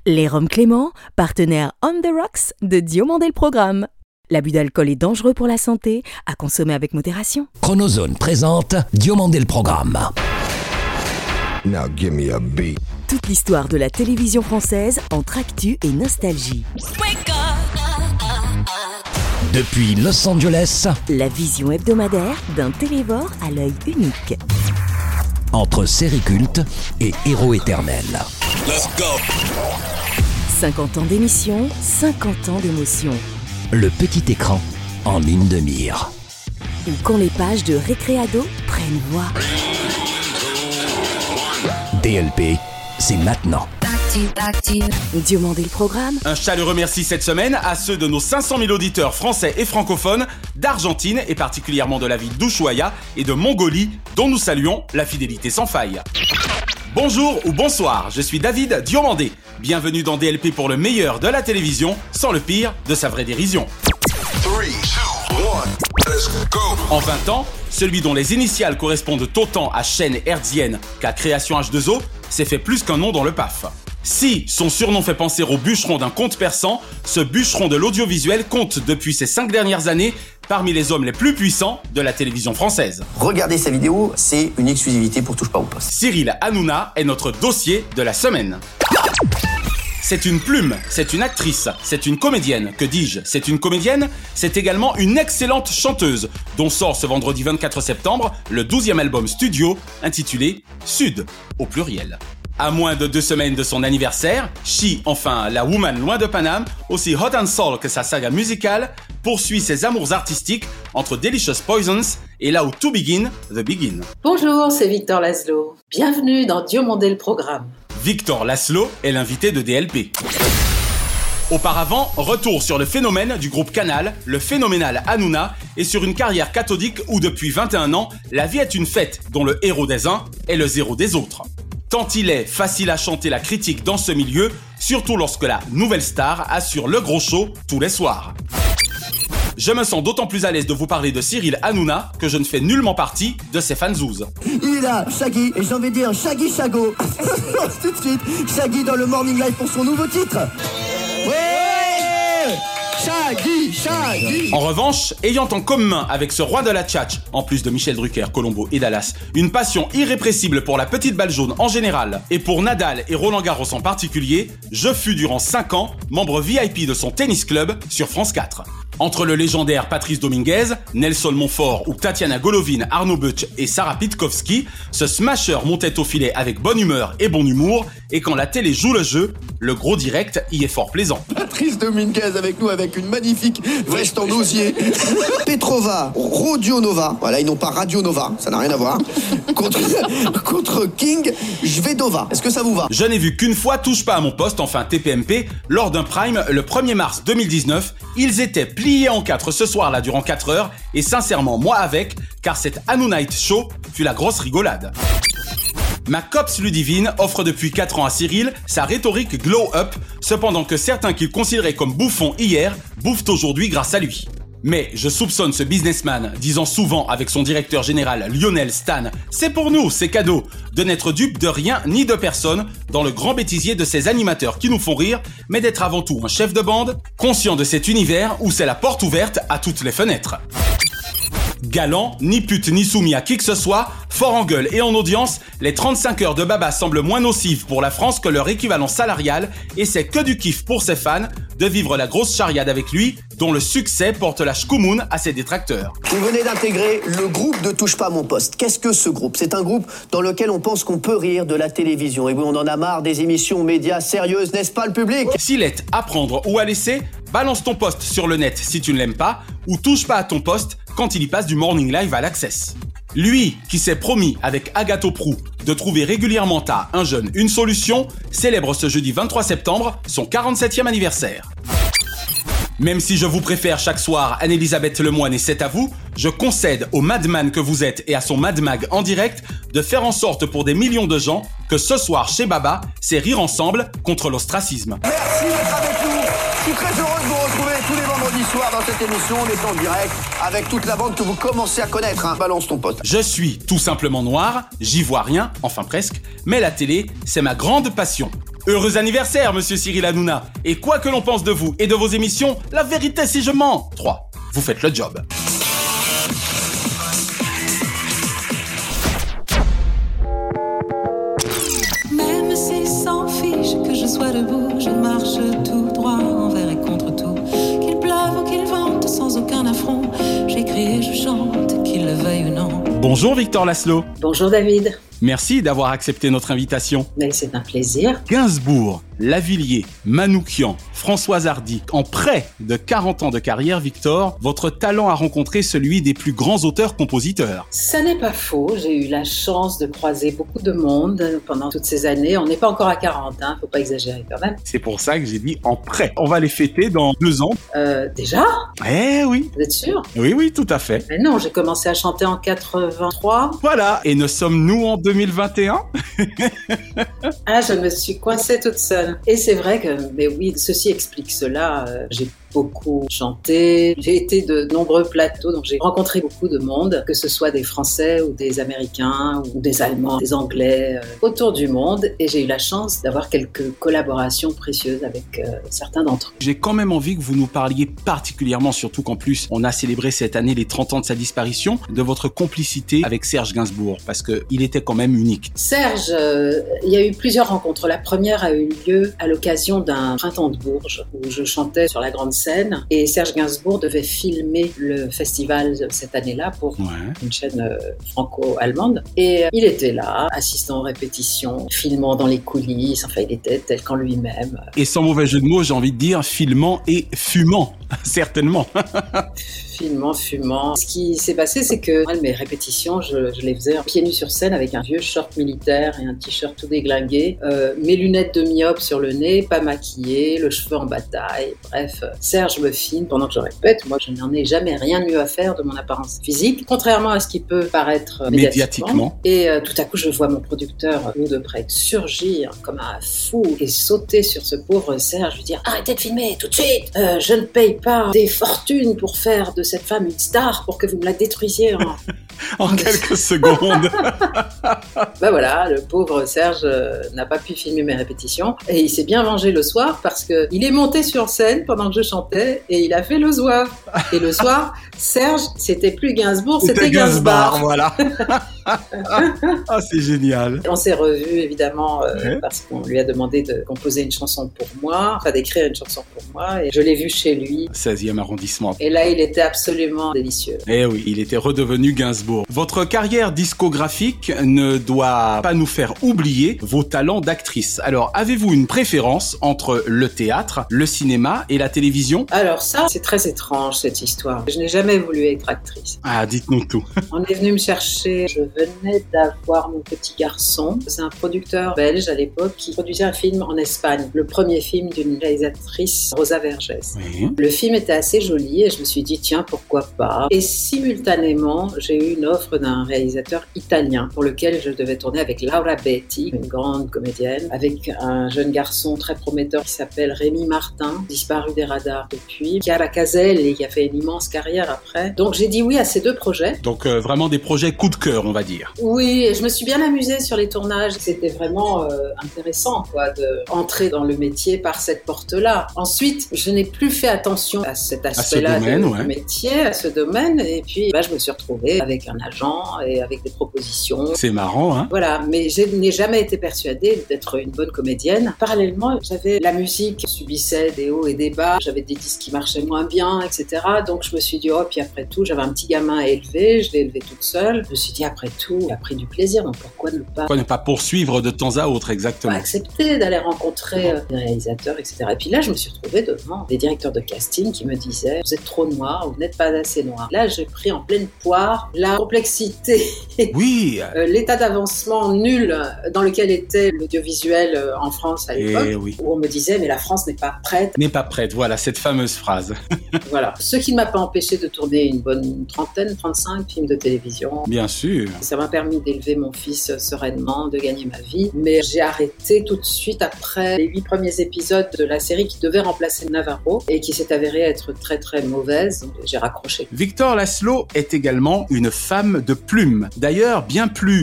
Les Roms Clément, partenaire On the Rocks de Diomandé le Programme. L'abus d'alcool est dangereux pour la santé, à consommer avec modération. Chronozone présente Diomandé le Programme. Now give me a beat. Toute l'histoire de la télévision française entre actu et nostalgie. Depuis Los Angeles, La vision hebdomadaire d'un télévore à l'œil unique. entre séries cultes et héros éternels. Let's go. 50 ans d'émission, 50 ans d'émotion. Le petit écran en ligne de mire. Ou quand les pages de Récréado prennent voix. DLP, c'est maintenant. Diomandé le Programme. Un chaleureux merci cette semaine à ceux de nos 500 000 auditeurs français et francophones d'Argentine et particulièrement de la ville d'Ushuaïa et de Mongolie dont nous saluons la fidélité sans faille. Bonjour ou bonsoir, je suis David Diomandé. Bienvenue dans DLP pour le meilleur de la télévision sans le pire de sa vraie dérision. 3, 2, 1, let's go. En 20 ans, celui dont les initiales correspondent autant à chaîne hertzienne qu'à création H2O s'est fait plus qu'un nom dans le PAF. Si son surnom fait penser au bûcheron d'un conte persan, ce bûcheron de l'audiovisuel compte depuis ces 5 dernières années parmi les hommes les plus puissants de la télévision française. Regardez sa vidéo, c'est une exclusivité pour Touche pas au poste. Cyril Hanouna est notre dossier de la semaine. C'est une plume, c'est une actrice, c'est une comédienne. Que dis-je ? C'est une comédienne ? C'est également une excellente chanteuse, dont sort ce vendredi 24 septembre le 12e album studio intitulé Sud, au pluriel. À moins de 2 semaines de son anniversaire, She, enfin la woman loin de Paname, aussi hot and soul que sa saga musicale, poursuit ses amours artistiques entre Delicious Poisons et là où To Begin, The Begin. Bonjour, c'est Victor Laszlo. Bienvenue dans Diomandé le Programme. Victor Laszlo est l'invité de DLP. Auparavant, retour sur le phénomène du groupe Canal, le phénoménal Hanouna, et sur une carrière cathodique où depuis 21 ans, la vie est une fête dont le héros des uns est le zéro des autres. Tant il est facile à chanter la critique dans ce milieu, surtout lorsque la nouvelle star assure le gros show tous les soirs. Je me sens d'autant plus à l'aise de vous parler de Cyril Hanouna que je ne fais nullement partie de ses fanzouzes. Il est là, Shaggy, et j'ai envie de dire Shaggy Shago. Tout de suite, Shaggy dans le Morning Live pour son nouveau titre. Ouais, Shaggy. En revanche, ayant en commun avec ce roi de la tchatch, en plus de Michel Drucker, Colombo et Dallas, une passion irrépressible pour la petite balle jaune en général et pour Nadal et Roland Garros en particulier, je fus durant 5 ans membre VIP de son tennis club sur France 4. Entre le légendaire Patrice Dominguez, Nelson Montfort ou Tatiana Golovin, Arnaud Butch et Sarah Pitkowski, ce smasher montait au filet avec bonne humeur et bon humour, et quand la télé joue le jeu, le gros direct y est fort plaisant. Patrice Dominguez avec nous avec une magnifique veste en osier. Petrova, Rodionova, voilà, ils n'ont pas Radionova, ça n'a rien à voir. Contre King, Jvedova. Est-ce que ça vous va ? Je n'ai vu qu'une fois Touche pas à mon poste, enfin TPMP, lors d'un prime le 1er mars 2019. Ils étaient pliés en 4 ce soir-là durant 4 heures, et sincèrement, moi avec, car cette Hanounite Show fut la grosse rigolade. Ma copse Ludivine offre depuis 4 ans à Cyril sa rhétorique glow-up, cependant que certains qu'il considérait comme bouffons hier bouffent aujourd'hui grâce à lui. Mais je soupçonne ce businessman, disant souvent avec son directeur général Lionel Stan « C'est pour nous, c'est cadeau », de n'être dupe de rien ni de personne dans le grand bêtisier de ces animateurs qui nous font rire, mais d'être avant tout un chef de bande, conscient de cet univers où c'est la porte ouverte à toutes les fenêtres. Galant, ni pute ni soumis à qui que ce soit, fort en gueule et en audience, les 35 heures de Baba semblent moins nocives pour la France que leur équivalent salarial, et c'est que du kiff pour ses fans de vivre la grosse chariade avec lui, dont le succès porte la schkoumoun à ses détracteurs. Vous venez d'intégrer le groupe de Touche pas à mon poste. Qu'est-ce que ce groupe ? C'est un groupe dans lequel on pense qu'on peut rire de la télévision. Et oui, on en a marre des émissions médias sérieuses, n'est-ce pas le public ? S'il est à prendre ou à laisser, balance ton poste sur le net si tu ne l'aimes pas, ou touche pas à ton poste quand il y passe du morning live à l'Access. Lui, qui s'est promis avec Agathe Prou de trouver régulièrement à un jeune une solution, célèbre ce jeudi 23 septembre son 47e anniversaire. Même si je vous préfère chaque soir Anne-Elisabeth Lemoine et c'est à vous, je concède au madman que vous êtes et à son Mad Mag en direct de faire en sorte pour des millions de gens que ce soir chez Baba, c'est rire ensemble contre l'ostracisme. Merci d'être avec nous. Je suis très heureux de vous retrouver tous les vendredis soirs dans cette émission. On est en direct avec toute la bande que vous commencez à connaître. Hein. Balance ton pote. Je suis tout simplement noir, j'y vois rien, enfin presque, mais la télé, c'est ma grande passion. Heureux anniversaire, monsieur Cyril Hanouna. Et quoi que l'on pense de vous et de vos émissions, la vérité si je mens. 3. Vous faites le job. Même s'ils s'en fichent que je sois debout, je marche tout droit envers et contre tout. Qu'il pleuve ou qu'il vente sans aucun affront, j'écris et je chante, qu'il le veuille ou non. Bonjour Victor Laszlo. Bonjour David. Merci d'avoir accepté notre invitation. Mais c'est un plaisir. Gainsbourg, Lavilliers, Manoukian, Françoise Hardy. En près de 40 ans de carrière, Victor, votre talent a rencontré celui des plus grands auteurs-compositeurs. Ça n'est pas faux. J'ai eu la chance de croiser beaucoup de monde pendant toutes ces années. On n'est pas encore à 40, faut pas exagérer quand même. C'est pour ça que j'ai dit en près. On va les fêter dans 2 ans. Déjà ? Eh oui. Vous êtes sûr ? Oui, tout à fait. Mais non, j'ai commencé à chanter en 83. Voilà, et ne sommes-nous en 2021 ? Ah, je me suis coincée toute seule. Et c'est vrai que, mais oui, ceci explique cela. J'ai beaucoup chanté. J'ai été de nombreux plateaux, donc j'ai rencontré beaucoup de monde, que ce soit des Français ou des Américains ou des Allemands, des Anglais, autour du monde. Et j'ai eu la chance d'avoir quelques collaborations précieuses avec certains d'entre eux. J'ai quand même envie que vous nous parliez particulièrement, surtout qu'en plus, on a célébré cette année les 30 ans de sa disparition, de votre complicité avec Serge Gainsbourg, parce qu'il était quand même unique. Serge, il y a eu plusieurs rencontres. La première a eu lieu à l'occasion d'un printemps de Bourges, où je chantais sur la grande scène. Et Serge Gainsbourg devait filmer le festival cette année-là pour une chaîne franco-allemande. Et il était là, assistant aux répétitions, filmant dans les coulisses. Enfin, il était tel qu'en lui-même. Et sans mauvais jeu de mots, j'ai envie de dire filmant et fumant, certainement. Fumant. Ce qui s'est passé, c'est que moi, mes répétitions, je les faisais pieds nus sur scène avec un vieux short militaire et un t-shirt tout déglingué, mes lunettes de myope sur le nez, pas maquillée, le cheveu en bataille. Bref, Serge me filme pendant que je répète. Moi, je n'en ai jamais rien eu à faire de mon apparence physique, contrairement à ce qui peut paraître médiatiquement. Et tout à coup, je vois mon producteur, Lou Deprez, surgir comme un fou et sauter sur ce pauvre Serge, lui dire « Arrêtez de filmer tout de suite, je ne paye pas des fortunes pour faire de cette femme une star pour que vous me la détruisiez en quelques secondes. » Ben voilà, le pauvre Serge n'a pas pu filmer mes répétitions et il s'est bien vengé le soir parce que il est monté sur scène pendant que je chantais et il a fait le zouave. Et le soir, Serge, c'était plus Gainsbourg, c'était Gainsbar. Voilà. Ah, c'est génial. On s'est revus évidemment parce qu'on lui a demandé de composer une chanson pour moi, enfin d'écrire une chanson pour moi, et je l'ai vu chez lui. 16e arrondissement. Et là, il était absolument délicieux. Eh oui, il était redevenu Gainsbourg. Votre carrière discographique ne doit pas nous faire oublier vos talents d'actrice. Alors, avez-vous une préférence entre le théâtre, le cinéma et la télévision ? Alors ça, c'est très étrange cette histoire. Je n'ai jamais voulu être actrice. Ah, dites-nous tout. On est venu me chercher, je venais d'avoir mon petit garçon. C'est un producteur belge à l'époque qui produisait un film en Espagne, le premier film d'une réalisatrice, Rosa Vergès. Oui. Le film était assez joli et je me suis dit tiens, pourquoi pas. Et simultanément, j'ai eu une offre d'un réalisateur italien pour lequel je devais tourner avec Laura Betti, une grande comédienne, avec un jeune garçon très prometteur qui s'appelle Rémi Martin, disparu des radars depuis, Chiara Caselli, qui a fait une immense carrière après. Donc j'ai dit oui à ces 2 projets. Donc vraiment des projets coup de cœur, on va dire. Oui, et je me suis bien amusée sur les tournages. C'était vraiment intéressant d'entrer dans le métier par cette porte-là. Ensuite, je n'ai plus fait attention à cet aspect-là du métier, à ce domaine. Et puis, je me suis retrouvée avec un agent et avec des propositions. C'est marrant, hein ? Voilà, mais je n'ai jamais été persuadée d'être une bonne comédienne. Parallèlement, j'avais la musique qui subissait des hauts et des bas. J'avais des disques qui marchaient moins bien, etc. Donc, je me suis dit, puis après tout, j'avais un petit gamin à élever. Je l'ai élevé toute seule. Je me suis dit, après tout, il a pris du plaisir. Donc, pourquoi ne pas poursuivre de temps à autre, exactement. Accepter d'aller rencontrer des réalisateurs, etc. Et puis là, je me suis retrouvée devant des directeurs de casting qui me disaient « Vous êtes trop noir, vous n'êtes pas assez noir ». Là, j'ai pris en pleine poire la complexité, l'état d'avancement nul dans lequel était l'audiovisuel en France à l'époque, où on me disait « Mais la France n'est pas prête ». N'est pas prête, voilà, cette fameuse phrase. Voilà. Ce qui ne m'a pas empêché de tourner une bonne 35 films de télévision. Bien sûr. Ça m'a permis d'élever mon fils sereinement, de gagner ma vie. Mais j'ai arrêté tout de suite après les 8 premiers épisodes de la série qui devait remplacer Navarro et qui s'est avérée être très très mauvaise. Donc j'ai raccroché. Victor Laszlo est également une femme de plume. D'ailleurs, bien plus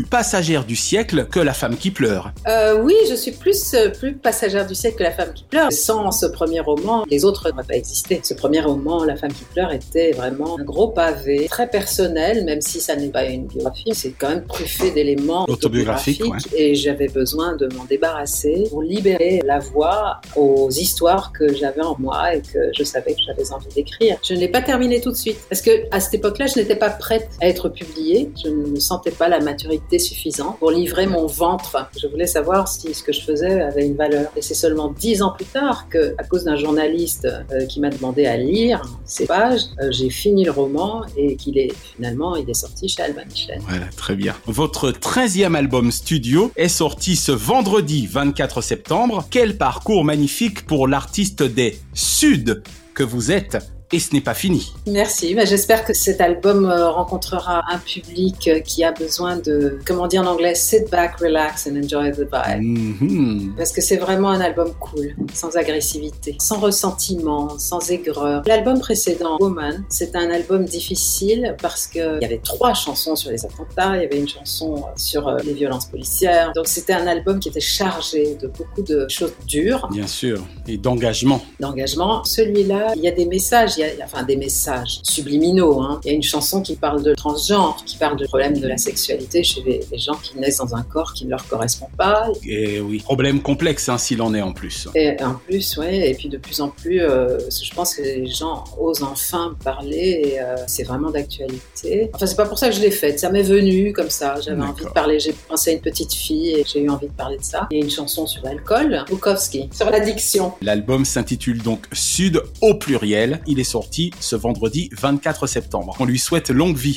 passagère du siècle que La femme qui pleure. Oui, je suis plus passagère du siècle que La femme qui pleure. Sans ce premier roman, les autres n'auraient pas existé. Ce premier roman, La femme qui pleure, était vraiment un gros pavé, très personnel, même si ça n'est pas une biographie. C'est quand même truffé d'éléments autobiographiques. Ouais. Et j'avais besoin de m'en débarrasser pour libérer la voix aux histoires que j'avais en moi et que je savais que j'avais envie d'écrire. Je ne l'ai pas terminé tout de suite parce que à cette époque-là, je n'étais pas prête à être publiée. Je ne sentais pas la maturité suffisante pour livrer mon ventre. Je voulais savoir si ce que je faisais avait une valeur. Et c'est seulement 10 ans plus tard que, à cause d'un journaliste qui m'a demandé à lire ces pages, j'ai fini le roman et il est sorti chez Albin Michel. Voilà, très bien. Votre 13e album studio est sorti ce vendredi 24 septembre. Quel parcours magnifique pour l'artiste des Suds que vous êtes. Et ce n'est pas fini. Merci. J'espère que cet album rencontrera un public qui a besoin de, comment dire en anglais, sit back, relax and enjoy the vibe. Parce que c'est vraiment un album cool, sans agressivité, sans ressentiment, sans aigreur. L'album précédent, Woman, c'est un album difficile parce qu'il y avait 3 chansons sur les attentats, il y avait une chanson sur les violences policières. Donc c'était un album qui était chargé de beaucoup de choses dures. Bien sûr, et d'engagement. Celui-là, il y a des messages, des messages subliminaux. Il y a une chanson qui parle de transgenre, qui parle du problème de la sexualité chez les gens qui naissent dans un corps qui ne leur correspond pas. Et oui, problème complexe s'il en est en plus. Et en plus, oui, et puis de plus en plus, je pense que les gens osent enfin parler et c'est vraiment d'actualité. Enfin, c'est pas pour ça que je l'ai faite, ça m'est venu comme ça, j'avais envie de parler, j'ai pensé à une petite fille et j'ai eu envie de parler de ça. Il y a une chanson sur l'alcool, Bukowski, sur l'addiction. L'album s'intitule donc Sud au pluriel. Il est sorti ce vendredi 24 septembre. On lui souhaite longue vie.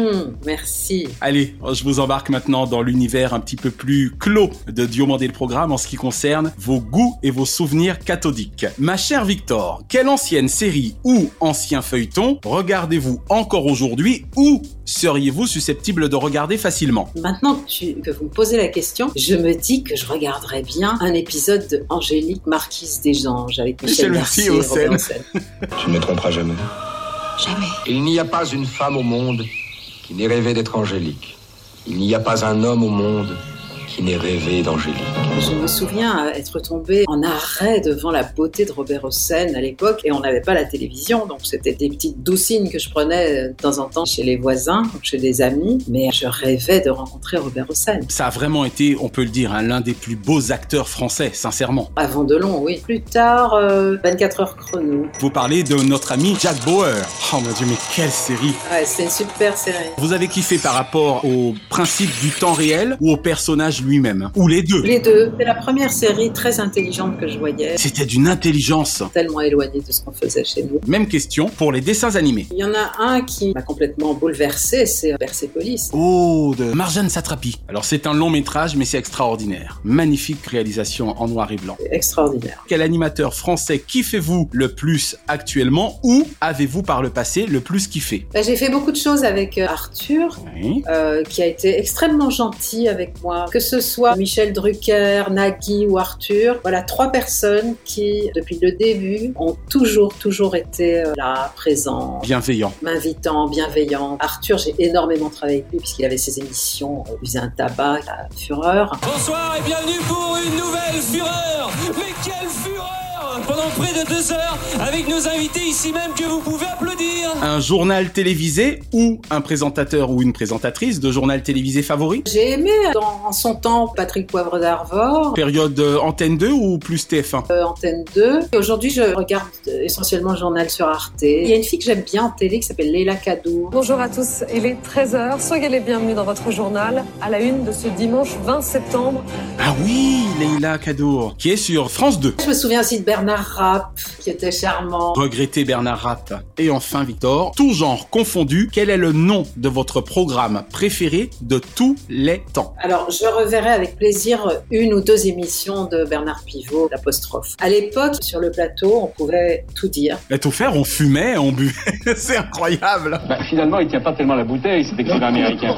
Merci. Allez, je vous embarque maintenant dans l'univers un petit peu plus clos de Diomandé le Programme en ce qui concerne vos goûts et vos souvenirs cathodiques. Ma chère Victor, quelle ancienne série ou ancien feuilleton regardez-vous encore aujourd'hui ou seriez-vous susceptible de regarder facilement? Maintenant que vous me posez la question, je me dis que je regarderais bien un épisode de Angélique, Marquise des Anges avec Michel Mercier et Robert Hossein. Tu ne me tromperas jamais. Jamais. Il n'y a pas une femme au monde qui n'ait rêvé d'être Angélique. Il n'y a pas un homme au monde qui n'ait rêvé d'Angélique. Je me souviens être tombée en arrêt devant la beauté de Robert Hossein à l'époque et on n'avait pas la télévision, donc c'était des petites doucines que je prenais de temps en temps chez les voisins, chez des amis, mais je rêvais de rencontrer Robert Hossein. Ça a vraiment été, on peut le dire, l'un des plus beaux acteurs français, sincèrement. Avant Delon, oui. Plus tard, 24 heures chrono. Vous parlez de notre ami Jack Bauer. Oh mon Dieu, mais quelle série! Ouais, c'était une super série. Vous avez kiffé par rapport au principe du temps réel ou au personnage lui-même? Ou les deux? Les deux. C'est la première série très intelligente que je voyais. C'était d'une intelligence. Tellement éloignée de ce qu'on faisait chez nous. Même question pour les dessins animés. Il y en a un qui m'a complètement bouleversée, c'est Persépolis. Oh, de Marjane Satrapi. Alors c'est un long métrage, mais c'est extraordinaire. Magnifique réalisation en noir et blanc. C'est extraordinaire. Quel animateur français kiffez-vous le plus actuellement ou avez-vous par le passé le plus kiffé? J'ai fait beaucoup de choses avec Arthur, oui. Qui a été extrêmement gentil avec moi. Que ce soit Michel Drucker, Nagui ou Arthur, voilà 3 personnes qui, depuis le début, ont toujours été là, présents. Bienveillants. M'invitant, bienveillants. Arthur, j'ai énormément travaillé avec lui puisqu'il avait ses émissions, il faisait un tabac à Fureur. Bonsoir et bienvenue pour une nouvelle Fureur. Mais quelle Fureur! Pendant près de 2 heures, avec nos invités ici même que vous pouvez applaudir. Un journal télévisé ou un présentateur ou une présentatrice de journal télévisé favori? J'ai aimé en son temps Patrick Poivre d'Arvor. Période Antenne 2 ou plus TF1? Antenne 2. Et aujourd'hui, je regarde essentiellement le journal sur Arte. Il y a une fille que j'aime bien en télé qui s'appelle Leila Kadour. Bonjour à tous, il est 13h. Soyez les bienvenus dans votre journal à la une de ce dimanche 20 septembre. Ah oui, Leila Kadour, qui est sur France 2. Je me souviens aussi de Bernard Rapp, qui était charmant. Regretté Bernard Rapp. Et enfin, Victor, tout genre confondu, quel est le nom de votre programme préféré de tous les temps? Alors, je reverrai avec plaisir 1 ou 2 émissions de Bernard Pivot, l'apostrophe. À l'époque, sur le plateau, on pouvait tout dire. Et tout faire, on fumait, on buvait. C'est incroyable. Finalement, il tient pas tellement la bouteille, cet écrivain américain.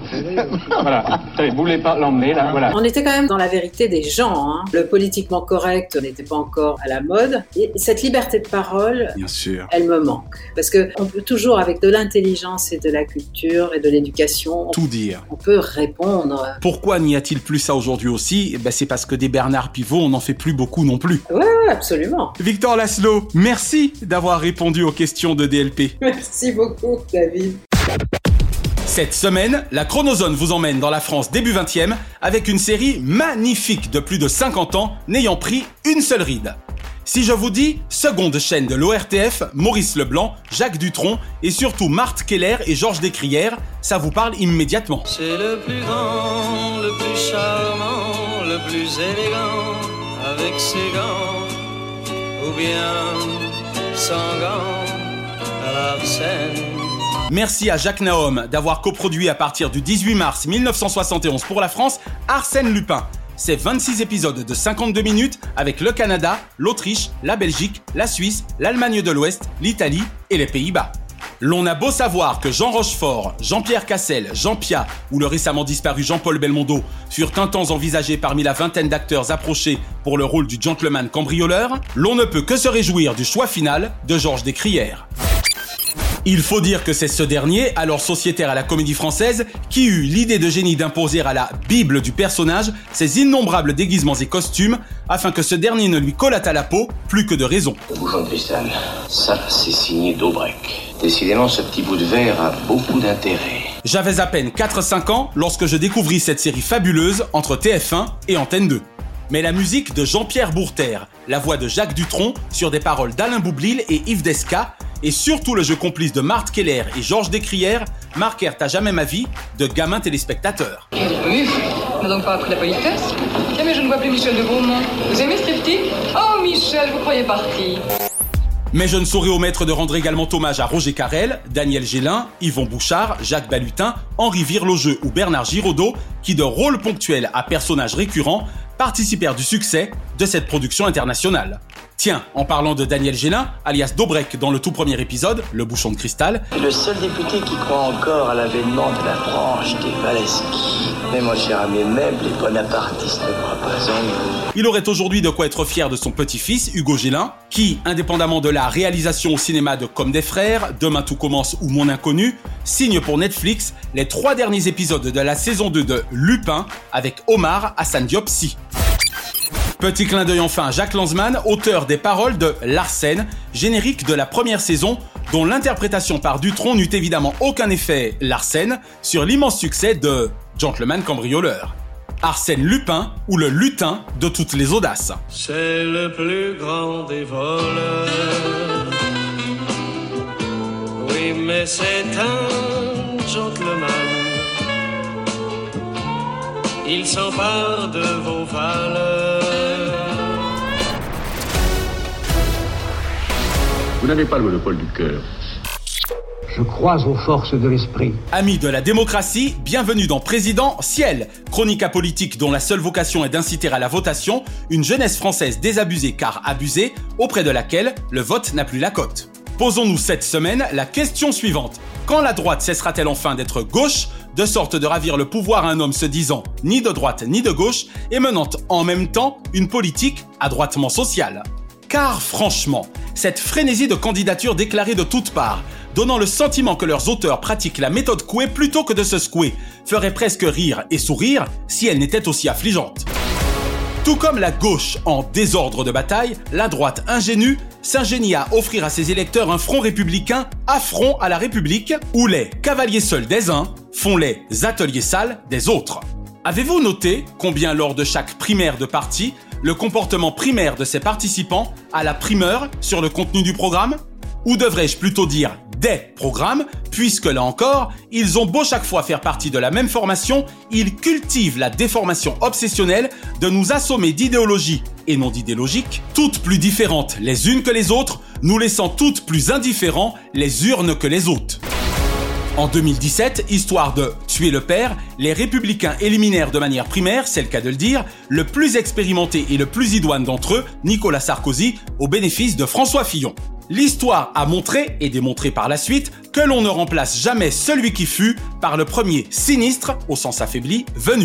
Voilà. Vous voulez pas l'emmener, là, voilà. On était quand même dans la vérité des gens, hein. Le politiquement correct n'était pas encore à la la mode. Et cette liberté de parole, bien sûr, elle me manque. Parce qu'on peut toujours, avec de l'intelligence et de la culture et de l'éducation, tout dire. On peut répondre. Pourquoi n'y a-t-il plus ça aujourd'hui aussi ? C'est parce que des Bernard Pivot, on n'en fait plus beaucoup non plus. Ouais, absolument. Victor Laszlo, merci d'avoir répondu aux questions de DLP. Merci beaucoup, David. Cette semaine, la Chronozone vous emmène dans la France début 20e avec une série magnifique de plus de 50 ans n'ayant pris une seule ride. Si je vous dis seconde chaîne de l'ORTF, Maurice Leblanc, Jacques Dutronc et surtout Marthe Keller et Georges Descrières, ça vous parle immédiatement. C'est le plus grand, le plus charmant, le plus élégant, avec ses gants, ou bien sans gants, à l'Arsène. Merci à Jacques Naum d'avoir coproduit à partir du 18 mars 1971 pour la France Arsène Lupin. C'est 26 épisodes de 52 minutes avec le Canada, l'Autriche, la Belgique, la Suisse, l'Allemagne de l'Ouest, l'Italie et les Pays-Bas. L'on a beau savoir que Jean Rochefort, Jean-Pierre Cassel, Jean Piat ou le récemment disparu Jean-Paul Belmondo furent un temps envisagés parmi la vingtaine d'acteurs approchés pour le rôle du gentleman cambrioleur, l'on ne peut que se réjouir du choix final de Georges Descrières. Il faut dire que c'est ce dernier, alors sociétaire à la Comédie Française, qui eut l'idée de génie d'imposer à la Bible du personnage ses innombrables déguisements et costumes, afin que ce dernier ne lui collât à la peau plus que de raison. Le bouchon de cristal, ça c'est signé Daubrec. Décidément, ce petit bout de verre a beaucoup d'intérêt. J'avais à peine 4-5 ans lorsque je découvris cette série fabuleuse entre TF1 et Antenne 2. Mais la musique de Jean-Pierre Bourter, la voix de Jacques Dutronc sur des paroles d'Alain Boublil et Yves Desca, et surtout le jeu complice de Marthe Keller et Georges Descrières marquèrent à jamais ma vie de gamin téléspectateur. Oui, on n'a donc pas appris la politesse. Tiens, mais je ne vois plus Michel de Beaumont. Vous aimez ce triptyque ? Oh, Michel, vous croyez parti. Mais je ne saurais omettre de rendre également hommage à Roger Carrel, Daniel Gélin, Yvon Bouchard, Jacques Balutin, Henri Virlogeux ou Bernard Giraudot, qui de rôles ponctuels à personnages récurrents participèrent du succès de cette production internationale. Tiens, en parlant de Daniel Gélin, alias Daubrec dans le tout premier épisode, Le Bouchon de Cristal, Le seul député qui croit encore à l'avènement de la branche des Valeski. Mais mon cher ami, même les bonapartistes ne croient pas en vous. Il aurait aujourd'hui de quoi être fier de son petit-fils, Hugo Gélin, qui, indépendamment de la réalisation au cinéma de Comme des frères, Demain tout commence ou Mon inconnu, signe pour Netflix les 3 derniers épisodes de la saison 2 de Lupin avec Omar Hassan Diop Sy. Petit clin d'œil enfin à Jacques Lanzmann, auteur des paroles de L'Arsène, générique de la première saison, dont l'interprétation par Dutronc n'eut évidemment aucun effet L'Arsène sur l'immense succès de Gentleman cambrioleur. Arsène Lupin ou le lutin de toutes les audaces. C'est le plus grand des voleurs. Oui, mais c'est un gentleman. Il s'empare de vos valeurs. Vous n'avez pas le monopole du cœur. Je crois aux forces de l'esprit. Amis de la démocratie, bienvenue dans Président Ciel, chronique apolitique dont la seule vocation est d'inciter à la votation une jeunesse française désabusée car abusée, auprès de laquelle le vote n'a plus la cote. Posons-nous cette semaine la question suivante. Quand la droite cessera-t-elle enfin d'être gauche, de sorte de ravir le pouvoir à un homme se disant ni de droite ni de gauche et menant en même temps une politique adroitement sociale ? Car franchement, cette frénésie de candidatures déclarées de toutes parts, donnant le sentiment que leurs auteurs pratiquent la méthode Coué plutôt que de se secouer, ferait presque rire et sourire si elle n'était aussi affligeante. Tout comme la gauche en désordre de bataille, la droite ingénue s'ingénie à offrir à ses électeurs un front républicain affront à la République, où les cavaliers seuls des uns font les ateliers sales des autres. Avez-vous noté combien lors de chaque primaire de parti, le comportement primaire de ses participants a la primeur sur le contenu du programme ? Ou devrais-je plutôt dire des programmes, puisque là encore, ils ont beau chaque fois faire partie de la même formation, ils cultivent la déformation obsessionnelle de nous assommer d'idéologies, et non d'idéologiques, toutes plus différentes les unes que les autres, nous laissant toutes plus indifférents les urnes que les hôtes. En 2017, histoire de tuer le père, les Républicains éliminèrent de manière primaire, c'est le cas de le dire, le plus expérimenté et le plus idoine d'entre eux, Nicolas Sarkozy, au bénéfice de François Fillon. L'histoire a montré, et démontré par la suite, que l'on ne remplace jamais celui qui fut par le premier sinistre, au sens affaibli, venu.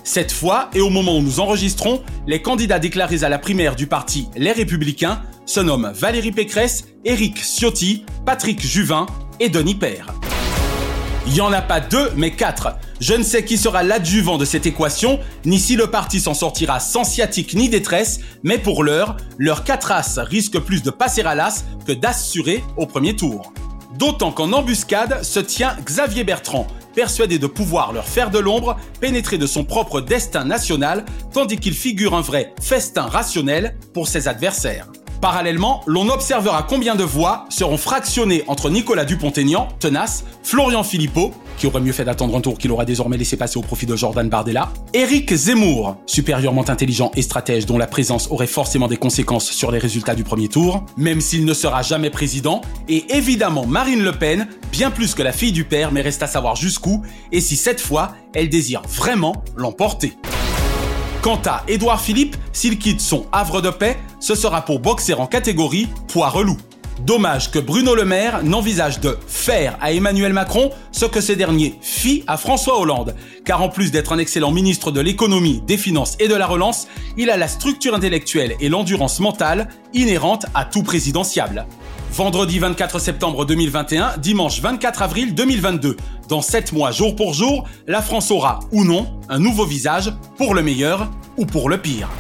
Cette fois, et au moment où nous enregistrons, les candidats déclarés à la primaire du parti Les Républicains se nomment Valérie Pécresse, Éric Ciotti, Patrick Juvin et Denis Père. Il n'y en a pas 2, mais 4. Je ne sais qui sera l'adjuvant de cette équation, ni si le parti s'en sortira sans sciatique ni détresse, mais pour l'heure, leurs 4 as risquent plus de passer à l'as que d'assurer au premier tour. D'autant qu'en embuscade se tient Xavier Bertrand, persuadé de pouvoir leur faire de l'ombre, pénétrer de son propre destin national, tandis qu'il figure un vrai festin rationnel pour ses adversaires. Parallèlement, l'on observera combien de voix seront fractionnées entre Nicolas Dupont-Aignan, tenace, Florian Philippot, qui aurait mieux fait d'attendre un tour qu'il aura désormais laissé passer au profit de Jordan Bardella, Éric Zemmour, supérieurement intelligent et stratège dont la présence aurait forcément des conséquences sur les résultats du premier tour, même s'il ne sera jamais président, et évidemment Marine Le Pen, bien plus que la fille du père, mais reste à savoir jusqu'où, et si cette fois, elle désire vraiment l'emporter. Quant à Édouard Philippe, s'il quitte son havre de paix, ce sera pour boxer en catégorie poids relou. Dommage que Bruno Le Maire n'envisage de faire à Emmanuel Macron ce que ce dernier fit à François Hollande, car en plus d'être un excellent ministre de l'économie, des finances et de la relance, il a la structure intellectuelle et l'endurance mentale inhérentes à tout présidentiable. Vendredi 24 septembre 2021, dimanche 24 avril 2022. Dans 7 mois jour pour jour, la France aura, ou non, un nouveau visage, pour le meilleur ou pour le pire.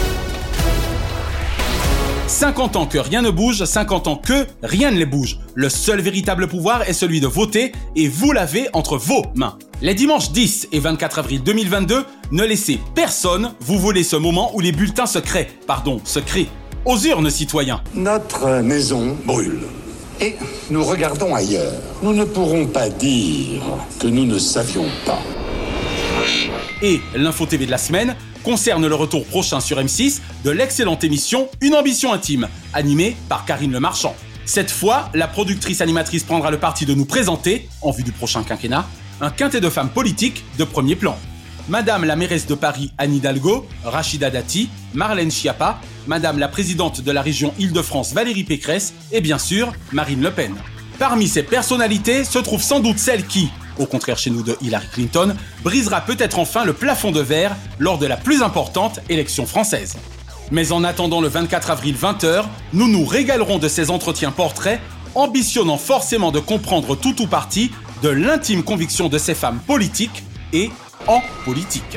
50 ans que rien ne bouge, 50 ans que rien ne les bouge. Le seul véritable pouvoir est celui de voter et vous l'avez entre vos mains. Les dimanches 10 et 24 avril 2022, ne laissez personne vous voler ce moment où les bulletins se créent. Aux urnes, citoyens. Notre maison brûle. Et nous regardons ailleurs. Nous ne pourrons pas dire que nous ne savions pas. Et l'Info TV de la semaine concerne le retour prochain sur M6 de l'excellente émission Une ambition intime, animée par Karine Le Marchand. Cette fois, la productrice-animatrice prendra le parti de nous présenter, en vue du prochain quinquennat, un quintet de femmes politiques de premier plan. Madame la mairesse de Paris Anne Hidalgo, Rachida Dati, Marlène Schiappa, Madame la présidente de la région Île-de-France Valérie Pécresse et bien sûr Marine Le Pen. Parmi ces personnalités se trouve sans doute celle qui, au contraire chez nous de Hillary Clinton, brisera peut-être enfin le plafond de verre lors de la plus importante élection française. Mais en attendant le 24 avril 20h, nous nous régalerons de ces entretiens portraits, ambitionnant forcément de comprendre tout ou partie de l'intime conviction de ces femmes politiques et en politique.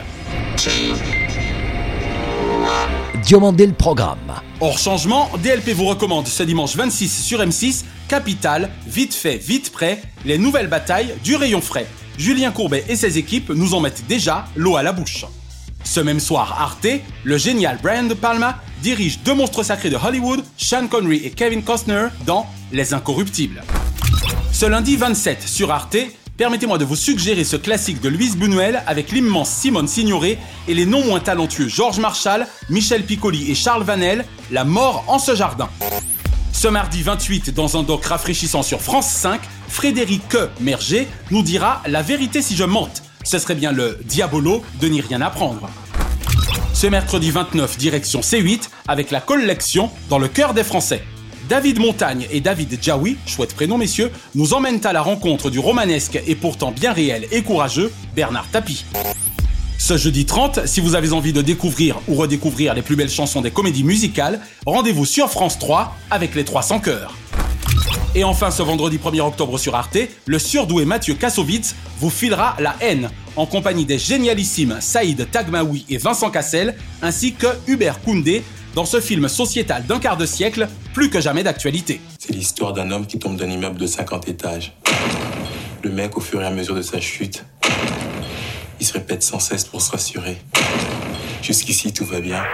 Diomandé le programme. Hors changement, DLP vous recommande ce dimanche 26 sur M6, Capital, vite fait, vite prêt, les nouvelles batailles du rayon frais. Julien Courbet et ses équipes nous en mettent déjà l'eau à la bouche. Ce même soir, Arte, le génial Brian De Palma dirige 2 monstres sacrés de Hollywood, Sean Connery et Kevin Costner, dans Les Incorruptibles. Ce lundi 27 sur Arte, permettez-moi de vous suggérer ce classique de Louise Buñuel avec l'immense Simone Signoret et les non moins talentueux Georges Marchal, Michel Piccoli et Charles Vanel, La mort en ce jardin. Ce mardi 28, dans un doc rafraîchissant sur France 5, Frédéric Merger nous dira La vérité si je mente. Ce serait bien le diabolo de n'y rien apprendre. Ce mercredi 29, direction C8, avec la collection Dans le cœur des Français. David Montagne et David Djaoui, chouette prénom messieurs, nous emmènent à la rencontre du romanesque et pourtant bien réel et courageux Bernard Tapie. Ce jeudi 30, si vous avez envie de découvrir ou redécouvrir les plus belles chansons des comédies musicales, rendez-vous sur France 3 avec les 300 chœurs. Et enfin, ce vendredi 1er octobre sur Arte, le surdoué Mathieu Kassovitz vous filera La haine, en compagnie des génialissimes Saïd Tagmaoui et Vincent Cassel, ainsi que Hubert Koundé, dans ce film sociétal d'un quart de siècle, plus que jamais d'actualité. C'est l'histoire d'un homme qui tombe d'un immeuble de 50 étages. Le mec, au fur et à mesure de sa chute, il se répète sans cesse pour se rassurer. Jusqu'ici, tout va bien.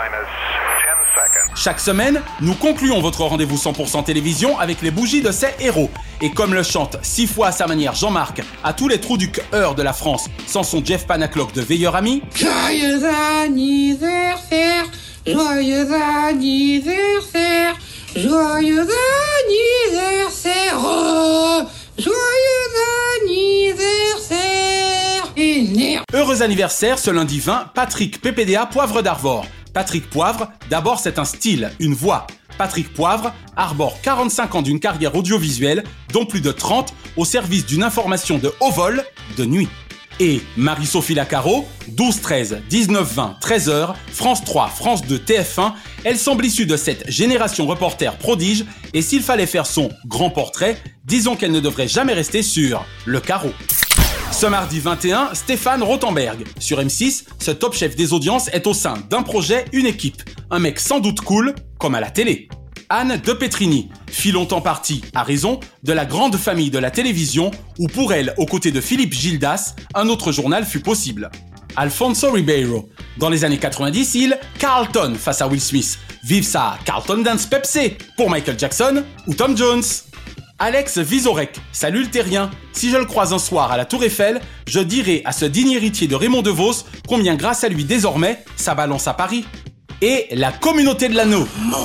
Chaque semaine, nous concluons votre rendez-vous 100% télévision avec les bougies de ces héros. Et comme le chante 6 fois à sa manière Jean-Marc à tous les trous du cœur de la France, sans son Jeff Panaclock de Veilleur Ami. Joyeux anniversaire, joyeux anniversaire, joyeux anniversaire, oh, joyeux anniversaire. Heureux anniversaire ce lundi 20, Patrick PPDA Poivre d'Arvor. Patrick Poivre, d'abord c'est un style, une voix. Patrick Poivre arbore 45 ans d'une carrière audiovisuelle, dont plus de 30 au service d'une information de haut vol de nuit. Et Marie-Sophie Lacaro, 12-13, 19-20, 13h, France 3, France 2, TF1, elle semble issue de cette génération reporter prodige et s'il fallait faire son grand portrait, disons qu'elle ne devrait jamais rester sur le carreau. Ce mardi 21, Stéphane Rothenberg. Sur M6, ce top chef des audiences est au sein d'un projet, une équipe. Un mec sans doute cool, comme à la télé. Anne de Petrini, fit longtemps partie, à raison, de la grande famille de la télévision où pour elle, aux côtés de Philippe Gildas, un autre journal fut possible. Alfonso Ribeiro. Dans les années 90, il Carlton face à Will Smith. Vive sa Carlton Dance Pepsi pour Michael Jackson ou Tom Jones. Alex Vizorek, salut le terrien. Si je le croise un soir à la Tour Eiffel, je dirai à ce digne héritier de Raymond DeVos combien grâce à lui désormais, ça balance à Paris. Et la communauté de l'anneau.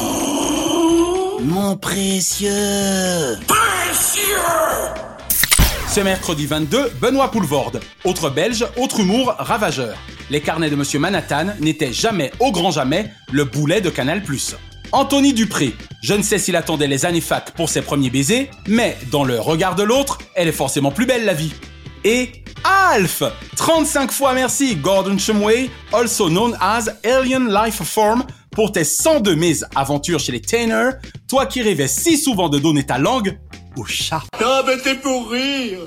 Mon précieux. Ce mercredi 22, Benoît Poulvorde. Autre Belge, autre humour, ravageur. Les carnets de Monsieur Manhattan n'étaient jamais, au grand jamais, le boulet de Canal+. Anthony Dupré. Je ne sais s'il attendait les années fac pour ses premiers baisers, mais dans le regard de l'autre, elle est forcément plus belle la vie. Et Alf, 35 fois merci Gordon Shumway, also known as Alien Life Form, pour tes 102 mésaventures chez les Tanner, toi qui rêvais si souvent de donner ta langue au chat. Ah ben t'es pour rire.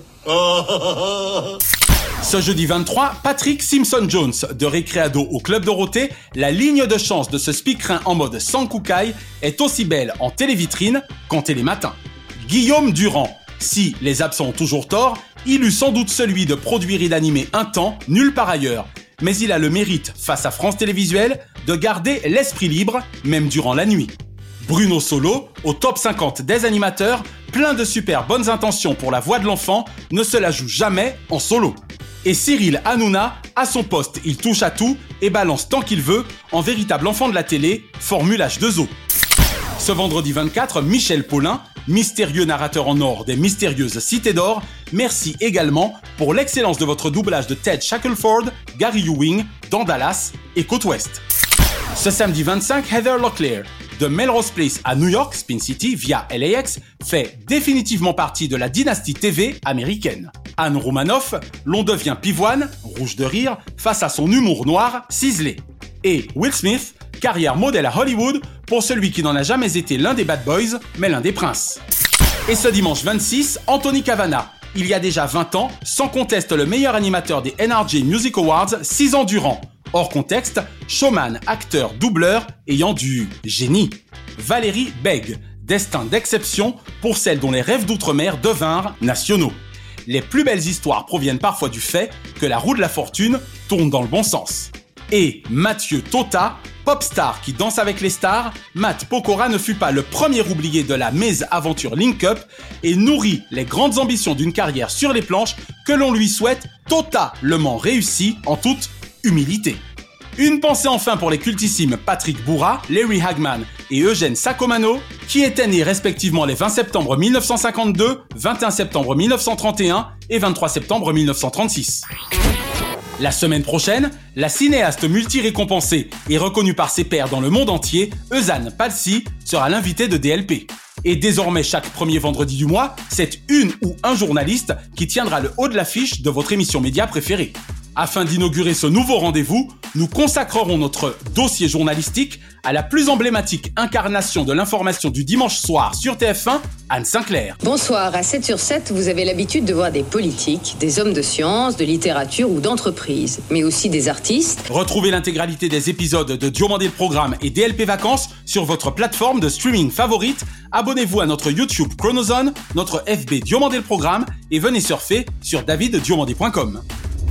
Ce jeudi 23, Patrick Simpson-Jones, de Récréado au Club Dorothée, la ligne de chance de ce speakerin en mode sans coucaille est aussi belle en télévitrine qu'en télématin. Guillaume Durand, si les absents ont toujours tort, il eut sans doute celui de produire et d'animer un temps nulle part ailleurs. Mais il a le mérite, face à France Télévisuelle, de garder l'esprit libre, même durant la nuit. Bruno Solo, au top 50 des animateurs, plein de super bonnes intentions pour la voix de l'enfant, ne se la joue jamais en solo. Et Cyril Hanouna, à son poste, il touche à tout et balance tant qu'il veut, en véritable enfant de la télé, formule H2O. Ce vendredi 24, Michel Paulin, mystérieux narrateur en or des mystérieuses cités d'or, merci également pour l'excellence de votre doublage de Ted Shackelford, Gary Ewing, dans Dallas et Côte Ouest. Ce samedi 25, Heather Locklear, de Melrose Place à New York, Spin City, via LAX, fait définitivement partie de la dynastie TV américaine. Anne Romanoff, l'on devient pivoine, rouge de rire, face à son humour noir, ciselé. Et Will Smith, carrière modèle à Hollywood, pour celui qui n'en a jamais été l'un des bad boys, mais l'un des princes. Et ce dimanche 26, Anthony Cavana. Il y a déjà 20 ans, sans conteste le meilleur animateur des NRJ Music Awards, 6 ans durant. Hors contexte, showman, acteur, doubleur, ayant du génie. Valérie Bègue, destin d'exception pour celles dont les rêves d'outre-mer devinrent nationaux. Les plus belles histoires proviennent parfois du fait que la roue de la fortune tourne dans le bon sens. Et Mathieu Tota, popstar qui danse avec les stars, Matt Pokora ne fut pas le premier oublié de la mésaventure Link Up et nourrit les grandes ambitions d'une carrière sur les planches que l'on lui souhaite totalement réussie en toute humilité. Une pensée enfin pour les cultissimes Patrick Bourra, Larry Hagman et Eugène Sacomano, qui étaient nés respectivement les 20 septembre 1952, 21 septembre 1931 et 23 septembre 1936. La semaine prochaine, la cinéaste multi-récompensée et reconnue par ses pairs dans le monde entier, Eusanne Palsy, sera l'invitée de DLP. Et désormais, chaque premier vendredi du mois, c'est une ou un journaliste qui tiendra le haut de l'affiche de votre émission média préférée. Afin d'inaugurer ce nouveau rendez-vous, nous consacrerons notre dossier journalistique à la plus emblématique incarnation de l'information du dimanche soir sur TF1, Anne Sinclair. Bonsoir, à 7/7, vous avez l'habitude de voir des politiques, des hommes de science, de littérature ou d'entreprise, mais aussi des artistes. Retrouvez l'intégralité des épisodes de Diomandé le Programme et DLP Vacances sur votre plateforme de streaming favorite. Abonnez-vous à notre YouTube Chronozone, notre FB Diomandé le Programme et venez surfer sur daviddiomandé.com.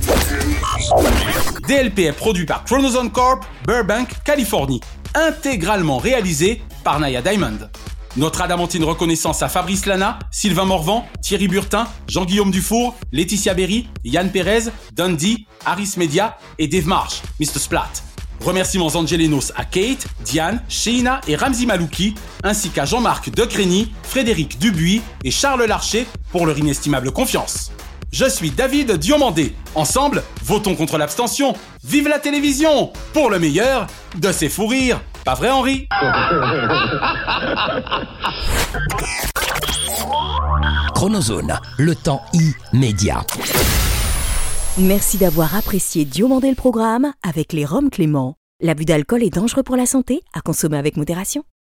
DLP est produit par Chronozone Corp, Burbank, Californie, intégralement réalisé par Naya Diamond. Notre adamantine reconnaissance à Fabrice Lana, Sylvain Morvan, Thierry Burtin, Jean-Guillaume Dufour, Laetitia Berry, Yann Pérez, Dundee, Harris Media et Dave Marsh, Mr. Splat. Remerciements angelenos à Kate, Diane, Sheina et Ramzi Malouki, ainsi qu'à Jean-Marc Decrény, Frédéric Dubuis et Charles Larcher pour leur inestimable confiance. Je suis David Diomandé. Ensemble, votons contre l'abstention. Vive la télévision pour le meilleur de ses fous rires. Pas vrai, Henri? Chronozone, le temps immédiat. Merci d'avoir apprécié Diomandé le programme avec les Rhums Clément. L'abus d'alcool est dangereux pour la santé, à consommer avec modération.